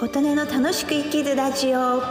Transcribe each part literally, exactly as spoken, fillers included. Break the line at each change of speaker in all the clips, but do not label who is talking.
琴音の楽しく生きるラジオ。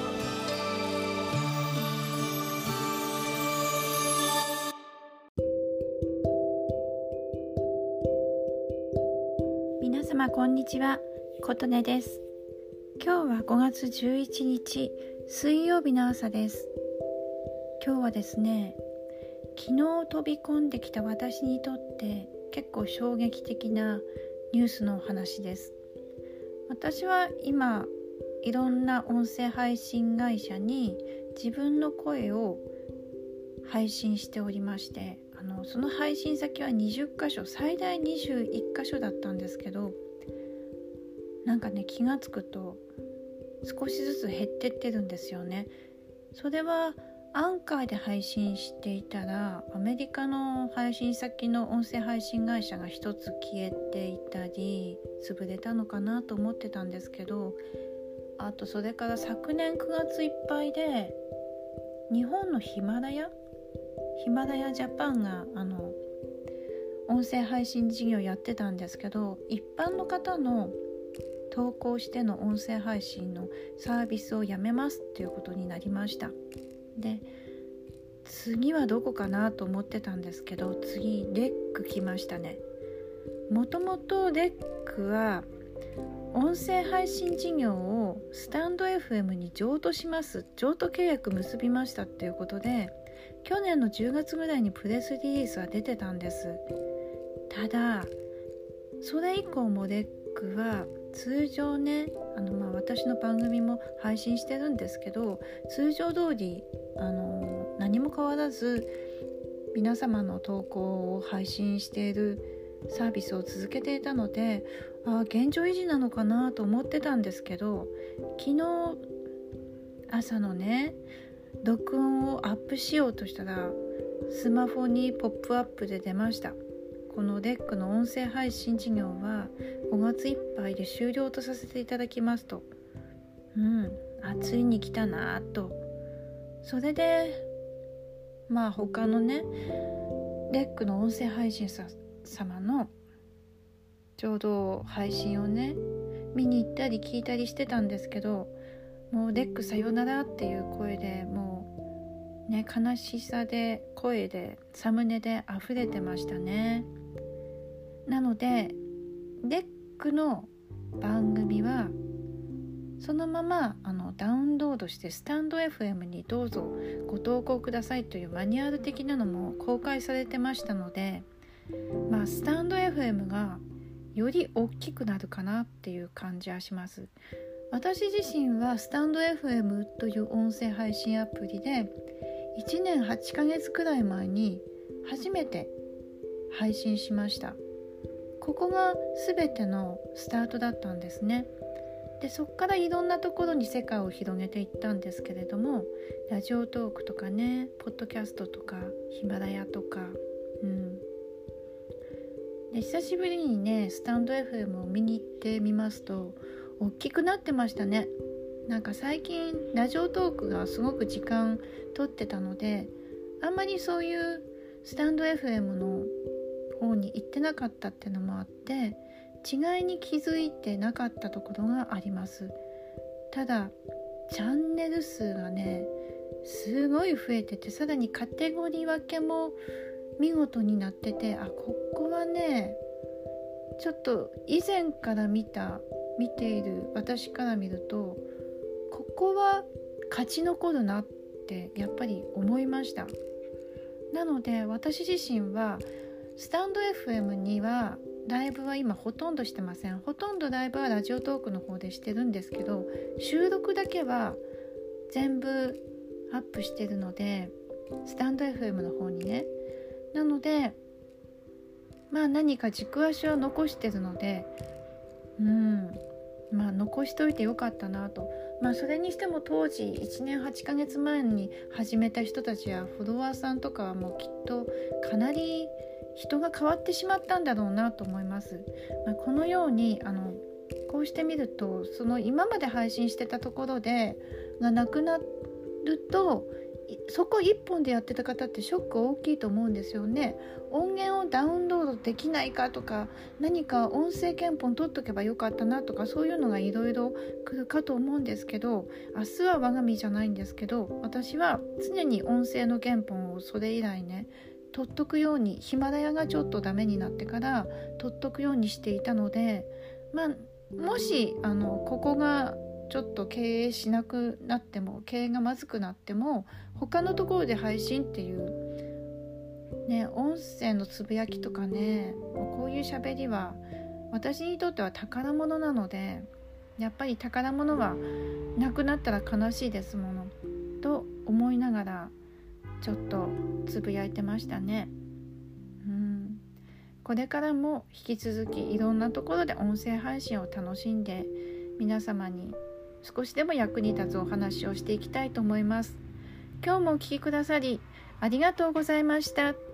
皆様こんにちは、琴音です。今日はごがつじゅういちにち水曜日の朝です。今日はですね、昨日飛び込んできた私にとって結構衝撃的なニュースの話です。私は今いろんな音声配信会社に自分の声を配信しておりまして、あのその配信先はにじゅっかしょ、最大にじゅういっかしょだったんですけど、なんかね、気がつくと少しずつ減ってってるんですよね。それはアンカーで配信していたら、アメリカの配信先の音声配信会社が一つ消えていたり潰れたのかなと思ってたんですけど、あとそれから昨年くがついっぱいで日本のヒマラヤヒマラヤジャパンがあの音声配信事業やってたんですけど、一般の方の投稿しての音声配信のサービスをやめますっていうことになりました。で、次はどこかなと思ってたんですけど、次レック来ましたね。もともとレックは音声配信事業をスタンド エフエム に譲渡します、譲渡契約結びましたっていうことで、去年のじゅうがつぐらいにプレスリリースは出てたんです。ただそれ以降もレックは通常ね、あのまあ私の番組も配信してるんですけど、通常通りあの何も変わらず皆様の投稿を配信しているサービスを続けていたので、あ現状維持なのかなと思ってたんですけど、昨日朝のね録音をアップしようとしたらスマホにポップアップで出ました。このレックの音声配信事業はごがついっぱいで終了とさせていただきますと。うんあついに来たなと。それでまあ他のねレックの音声配信者様のちょうど配信をね見に行ったり聞いたりしてたんですけど、もうレックさよならっていう声で、もうね悲しさで声でサムネで溢れてましたね。なのでレックの番組はそのままあのダウンロードしてスタンド エフエム にどうぞご投稿くださいというマニュアル的なのも公開されてましたので、まあスタンド エフエム がより大きくなるかなっていう感じはします。私自身はスタンド エフエム という音声配信アプリでいちねんはちかげつくらい前に初めて配信しました。ここが全てのスタートだったんですね。でそこからいろんなところに世界を広げていったんですけれども、ラジオトークとかね、ポッドキャストとかヒマラヤとか、うん、で久しぶりにねスタンド エフエム を見に行ってみますと大きくなってましたね。なんか最近ラジオトークがすごく時間取ってたので、あんまりそういうスタンド エフエム の方に行ってなかったってのもあって違いに気づいてなかったところがあります。ただチャンネル数がねすごい増えてて、さらにカテゴリー分けも見事になってて、あここはねちょっと以前から見た見ている私から見るとここは勝ち残るなってやっぱり思いました。なので私自身はスタンド エフエム にはライブは今ほとんどしてません。ほとんどライブはラジオトークの方でしてるんですけど、収録だけは全部アップしてるのでスタンド エフエム の方にね、なのでまあ何か軸足を残してるので、うんまあ残しといてよかったなと。まあそれにしても当時いちねんはちかげつまえに始めた人たちやフォロワーさんとかはもうきっとかなり人が変わってしまったんだろうなと思います。まあ、このようにあのこうしてみるとその今まで配信してたところでがなくなるとそこ一本でやってた方ってショック大きいと思うんですよね。音源をダウンロードできないかとか、何か音声原本取っとけばよかったなとか、そういうのがいろいろ来るかと思うんですけど、明日は我が身じゃないんですけど、私は常に音声の原本をそれ以来ね取っとくように、ヒマラヤがちょっとダメになってから取っとくようにしていたので、まあもしあのここがちょっと経営しなくなっても、経営がまずくなっても、他のところで配信っていうね、音声のつぶやきとかね、こういう喋りは私にとっては宝物なので、やっぱり宝物はなくなったら悲しいですものと思いながらちょっとつぶやいてましたね。うん、これからも引き続きいろんなところで音声配信を楽しんで、皆様に少しでも役に立つお話をしていきたいと思います。今日もお聞きくださりありがとうございました。